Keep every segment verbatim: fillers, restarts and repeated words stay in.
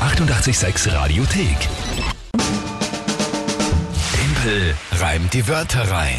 achtundachtzig Komma sechs Radiothek. Tempel reimt die Wörter rein.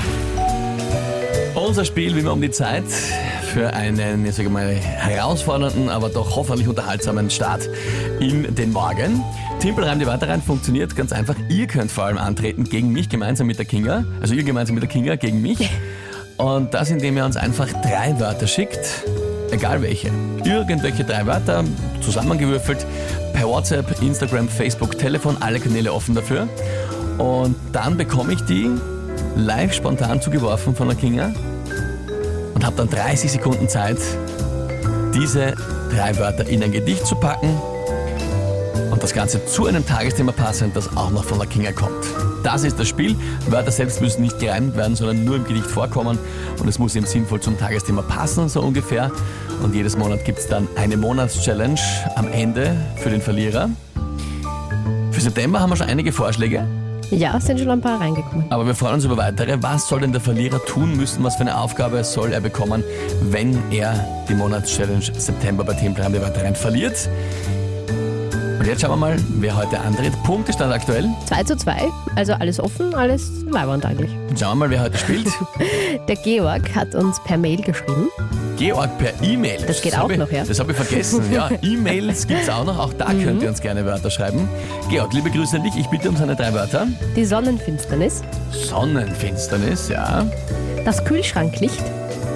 Unser Spiel, wie immer um die Zeit, für einen, ich sage mal, herausfordernden, aber doch hoffentlich unterhaltsamen Start in den Morgen. Timpel reimt die Wörter rein funktioniert ganz einfach. Ihr könnt vor allem antreten gegen mich, gemeinsam mit der Kinga. Also ihr gemeinsam mit der Kinga gegen mich. Und das, indem ihr uns einfach drei Wörter schickt, egal welche. Irgendwelche drei Wörter, zusammengewürfelt, per WhatsApp, Instagram, Facebook, Telefon, alle Kanäle offen dafür. Und dann bekomme ich die live spontan zugeworfen von der Kinga und habe dann dreißig Sekunden Zeit, diese drei Wörter in ein Gedicht zu packen und das Ganze zu einem Tagesthema passend, das auch noch von der Kinga kommt. Das ist das Spiel. Wörter selbst müssen nicht gereimt werden, sondern nur im Gedicht vorkommen und es muss eben sinnvoll zum Tagesthema passen, so ungefähr. Und jedes Monat gibt es dann eine Monatschallenge am Ende für den Verlierer. Für September haben wir schon einige Vorschläge. Ja, es sind schon ein paar reingekommen. Aber wir freuen uns über weitere. Was soll denn der Verlierer tun müssen? Was für eine Aufgabe soll er bekommen, wenn er die Monatschallenge September bei Tempel reimt die Wörter rein verliert? Und jetzt schauen wir mal, wer heute antritt. Punktestand aktuell. zwei zu zwei, also alles offen, alles leibernd eigentlich. Und schauen wir mal, wer heute spielt. Der Georg hat uns per Mail geschrieben. Georg per E-Mail. Das geht auch ich, noch, ja. Das habe ich vergessen. Ja, E-Mails gibt es auch noch. Auch da mhm. könnt ihr uns gerne Wörter schreiben. Georg, liebe Grüße an dich. Ich bitte um seine drei Wörter. Die Sonnenfinsternis. Sonnenfinsternis, ja. Das Kühlschranklicht.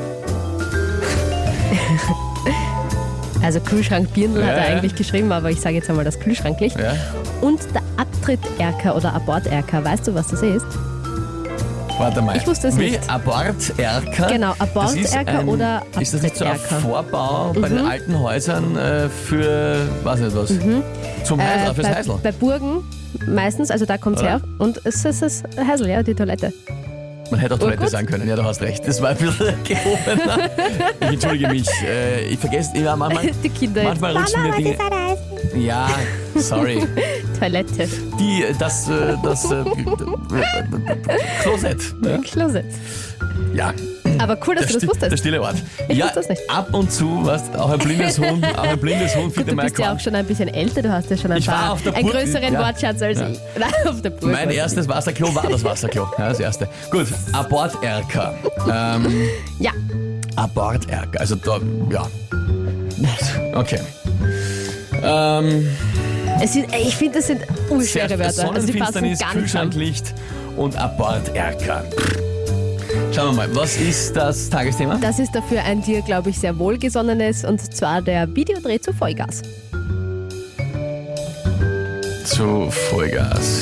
Also Kühlschrankbirndl ja, hat er ja. eigentlich geschrieben, aber ich sage jetzt einmal das Kühlschranklicht. Ja. Und der Abtritterker oder Aborterker. Weißt du, was das ist? Warte mal. Ich wusste es Wie nicht. Aborterker? Genau, Aborterker oder Abtritterker. Ist das nicht so ein Vorbau bei mhm. den alten Häusern äh, für, weiß nicht was, mhm. zum Heisel, äh, fürs bei, Heisel? Bei Burgen meistens, also da kommt es her. Und es ist das Heisel, ja, die Toilette. Man hätte auch Toilette gut. sagen können, ja, du hast recht. Das war ein bisschen gehobener. Ich entschuldige mich. Äh, ich vergesse, ja, manchmal, die Kinder manchmal rutschen mir Dinge. Ja, sorry. Toilette. Die, das, äh, das, äh, Klosett. Ja? Klosett. Ja. Aber cool, dass der du das Sti- wusstest. Der stille Ort. Ich ja, wusste das nicht. Ab und zu, weißt, auch ein blindes Huhn, auch ein blindes Huhn Gut, findet du mein bist ja auch schon ein bisschen älter, du hast ja schon ein Ich war paar, auf der einen Burg- größeren ja. Wortschatz als Ja. ich. Nein, auf der Burg. Mein erstes Wasserklo war das Wasserklo. Ja, das erste. Gut, Aborterker. Ähm, Ja, Aborterker. Also da, ja. Okay. Ähm, es sind, ey, ich finde, das sind unschwere Wörter. Also die passen Sonnenfinsternis, gar nicht an. Kühlschranklicht und Aborterker. Schauen wir mal, was ist das Tagesthema? Das ist dafür ein dir, glaube ich, sehr wohlgesonnenes, und zwar der Videodreh zu Vollgas. Zu Vollgas.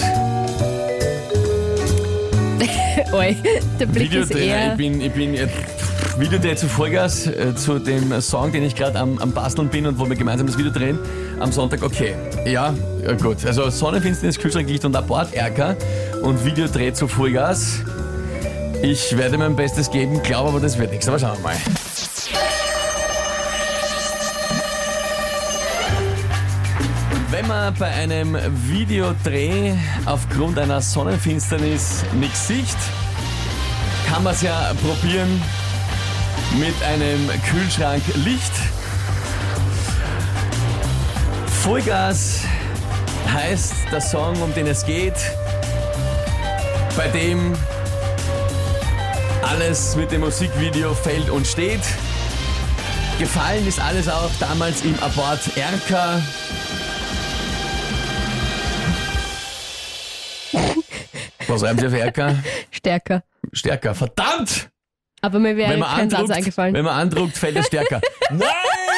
Oi, der Blick ist Videodreh, eher... ich bin, ich bin äh, Videodreh zu Vollgas, äh, zu dem Song, den ich gerade am, am Basteln bin und wo wir gemeinsam das Video drehen am Sonntag. Okay, ja, ja gut. Also Sonnenfinsternis, Kühlschranklicht und Aborterker und Videodreh zu Vollgas. Ich werde mein Bestes geben, glaube aber, das wird nichts. Aber schauen wir mal. Wenn man bei einem Videodreh aufgrund einer Sonnenfinsternis nichts sieht, kann man es ja probieren mit einem Kühlschranklicht. Vollgas heißt der Song, um den es geht, bei dem alles mit dem Musikvideo fällt und steht. Gefallen ist alles auch damals im Aborterker. Was reimt sich auf Erker? Stärker. Stärker. Verdammt! Aber mir wäre Wenn man kein Satz andruckt, eingefallen. wenn man andruckt, fällt es stärker. Nein!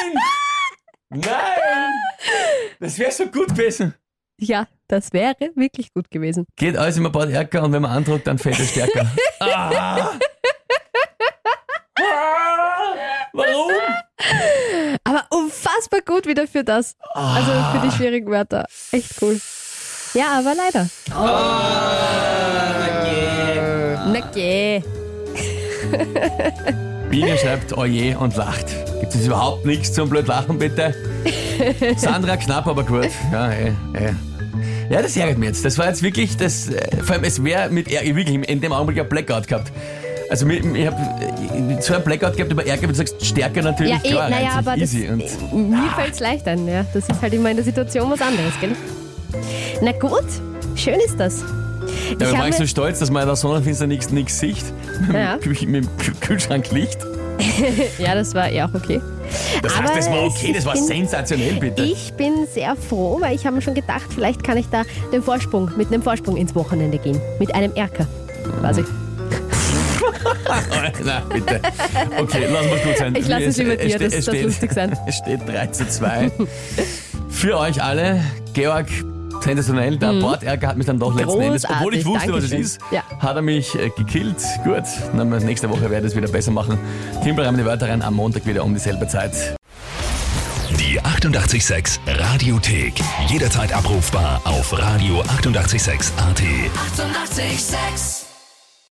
Nein! Das wäre so gut gewesen. Ja, das wäre wirklich gut gewesen. Geht alles im Aborterker und wenn man andruckt, dann fällt es stärker. Ah! Warum? Aber unfassbar gut wieder für das. Also für die schwierigen Wörter. Echt cool. Ja, aber leider. Oh, Na geh. Biene schreibt oje und lacht. Gibt es überhaupt nichts zum blöd lachen, bitte? Sandra knapp, aber gut. Ja, eh, eh. Ja, das ärgert mich jetzt. Das war jetzt wirklich, das, vor allem es wäre mit Ärger, wirklich in dem Augenblick ein Blackout gehabt. Also ich, ich habe so ein Blackout gehabt über Ärger, wenn du sagst Stärke natürlich, Ja, eh, klar, naja, rein sich aber das, easy. Und, mir fällt es leicht ein. Ja. Das ist halt immer in der Situation was anderes, gell? Na gut, schön ist das. ja, Ich wir waren habe- so stolz, dass man in der Sonnenfinster nichts nichts sieht, mit, Ja. dem Kühl- mit dem Kühlschranklicht. Ja, das war ja auch okay. Das Aber heißt, das war okay, das war ich bin- sensationell, bitte. Ich bin sehr froh, weil ich habe mir schon gedacht, vielleicht kann ich da den Vorsprung, mit einem Vorsprung ins Wochenende gehen. Mit einem Erker, quasi. Na, bitte. Okay, lassen wir es gut sein. Ich lasse es lieber dir, ste- das- das steht- lustig sein. Es steht drei zu zwei. Für euch alle, Georg, sensationell. Der Borderker hat mich dann doch letzten Endes, obwohl ich Großartig, wusste, was es Dankeschön. ist, Ja. hat er mich äh, gekillt. Gut, dann nächste Woche werde ich es wieder besser machen. Timpel reimt die Wörter rein, am Montag wieder um dieselbe Zeit. Die achtundachtzig Komma sechs Radiothek. Jederzeit abrufbar auf radio achtundachtzig Komma sechs Punkt at. Eighty-eight point six